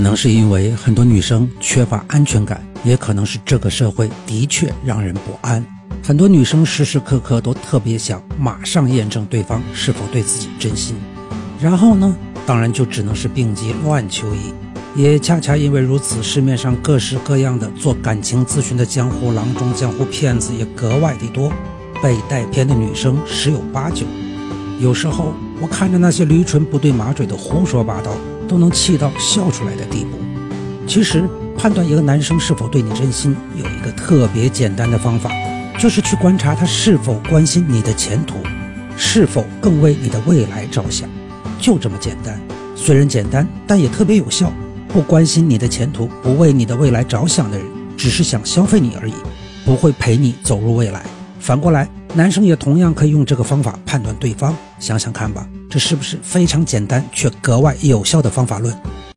可能是因为很多女生缺乏安全感，也可能是这个社会的确让人不安。很多女生时时刻刻都特别想马上验证对方是否对自己真心，然后呢，当然就只能是病急乱求医。也恰恰因为如此，市面上各式各样的做感情咨询的江湖郎中、江湖骗子也格外的多，被带偏的女生十有八九。有时候我看着那些驴唇不对马嘴的胡说八道，都能气到笑出来的地步。其实判断一个男生是否对你真心，有一个特别简单的方法，就是去观察他是否关心你的前途，是否更为你的未来着想。就这么简单，虽然简单，但也特别有效。不关心你的前途，不为你的未来着想的人，只是想消费你而已，不会陪你走入未来。反过来，男生也同样可以用这个方法判断对方。想想看吧，这是不是非常简单却格外有效的方法论？